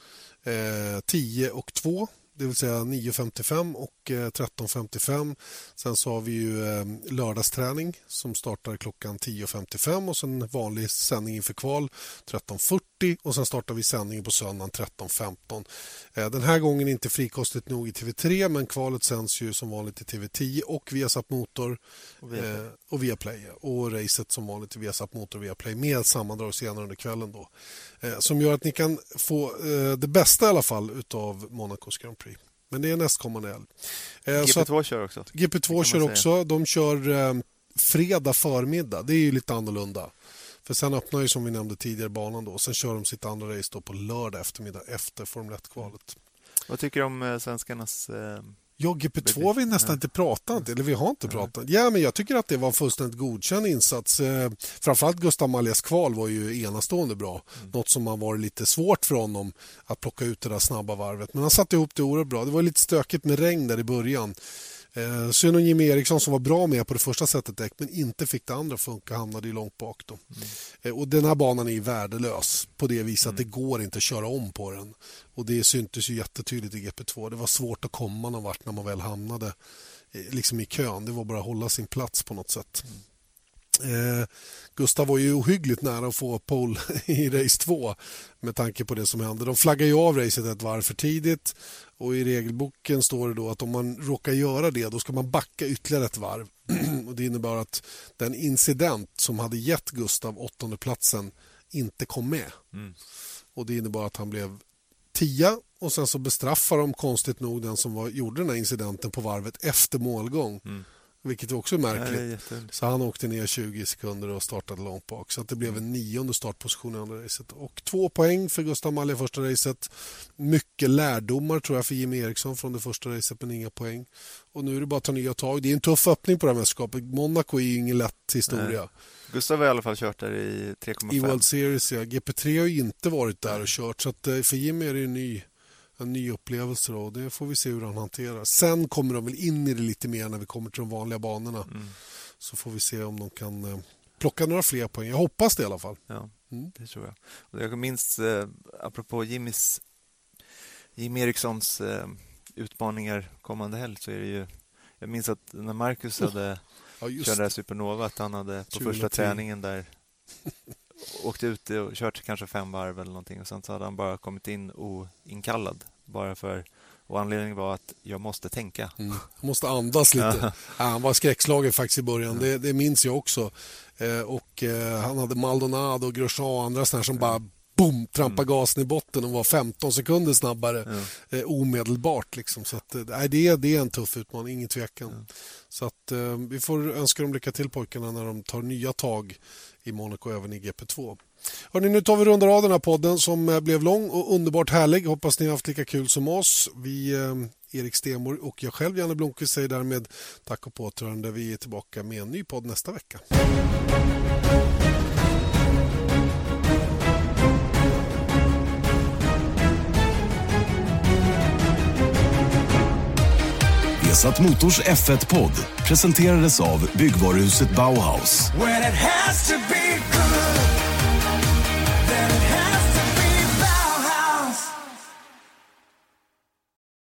10 och 2. Det vill säga 9.55 och 13.55. Sen så har vi ju lördagsträning som startar klockan 10.55 och sen vanlig sändning inför kval 13.40 och sen startar vi sändningen på söndagen 13.15. Den här gången inte frikostigt nog i TV3, men kvalet sänds ju som vanligt i TV10 och Viasat Motor och Viaplay. Och racet som vanligt i Viasat Motor och Viaplay med sammandrag senare under kvällen då. Som gör att ni kan få det bästa i alla fall utav Monacos Grand Prix. Men det är nästkommande helg. GP2 kör också. GP2 kör också. De kör fredag förmiddag. Det är ju lite annorlunda. För sen öppnar ju som vi nämnde tidigare banan då. Sen kör de sitt andra race då på lördag eftermiddag efter Formel 1-kvalet. Vad tycker du om svenskarnas... Ja, GP2 har vi nästan inte pratat, eller vi har inte pratat. Ja, men jag tycker att det var en fullständigt godkänd insats. Framförallt Gustav Maljas kval var ju enastående bra. Något som har varit lite svårt för honom att plocka ut det där snabba varvet. Men han satte ihop det oerhört bra. Det var lite stökigt med regn där i början. Synd om Jimmy Eriksson som var bra med på det första sättet däck men inte fick det andra funka, hamnade ju långt bak då. Och den här banan är ju värdelös på det viset att det går inte att köra om på den. Och det syntes ju jättetydligt i GP2. Det var svårt att komma någon vart när man väl hamnade liksom i kön. Det var bara att hålla sin plats på något sätt. Gustav var ju ohyggligt nära att få pole i race 2 med tanke på det som hände. De flaggar ju av racet ett varv för tidigt och i regelboken står det då att om man råkar göra det då ska man backa ytterligare ett varv. Och det innebär att den incident som hade gett Gustav 8:e platsen inte kom med. Och det innebar att han blev 10 och sen så bestraffar de konstigt nog den som gjorde den här incidenten på varvet efter målgång. Vilket också är märkligt. Så han åkte ner 20 sekunder och startade långt bak. Så att det blev en 9:e startposition i andra racet. Och 2 poäng för Gustav Malja i första racet. Mycket lärdomar tror jag för Jimmy Eriksson från det första racet men inga poäng. Och nu är det bara att ta nya tag. Det är en tuff öppning på det här mästerskapet. Monaco är ju ingen lätt historia. Nej. Gustav har i alla fall kört där i 3,5. I World Series, ja. GP3 har ju inte varit där och kört. Så att för Jimmy är det en ny upplevelse då. Det får vi se hur han hanterar. Sen kommer de väl in i det lite mer när vi kommer till de vanliga banorna. Så får vi se om de kan plocka några fler poäng. Jag hoppas det i alla fall. Ja, det tror jag. Och jag minns, apropå Jimmy Erikssons utmaningar kommande helg så är det ju... Jag minns att när Marcus hade kört där Supernova att han hade på första träningen där åkt ut och kört kanske 5 varv eller någonting och sen så hade han bara kommit in oinkallad bara för och anledningen var att jag måste tänka. Jag måste andas lite. Han var skräckslagen faktiskt i början. Det minns jag också. Och han hade Maldonado och Grosjean och andra sådana som bara trampade gasen i botten och var 15 sekunder snabbare omedelbart liksom. Så att, det är en tuff utmaning, ingen tvekan. Så att vi får önska dem lycka till pojkarna när de tar nya tag i Monaco även i GP2. Hörrni, nu tar vi rundar av den här podden som blev lång och underbart härlig. Hoppas ni har haft lika kul som oss. Vi, Erik Stenborg och jag själv, Janne Blomqvist, säger därmed tack och påtrörande. Vi är tillbaka med en ny podd nästa vecka. Vesat Motors F1-podd presenterades av Byggvaruhuset Bauhaus. When it has to be good.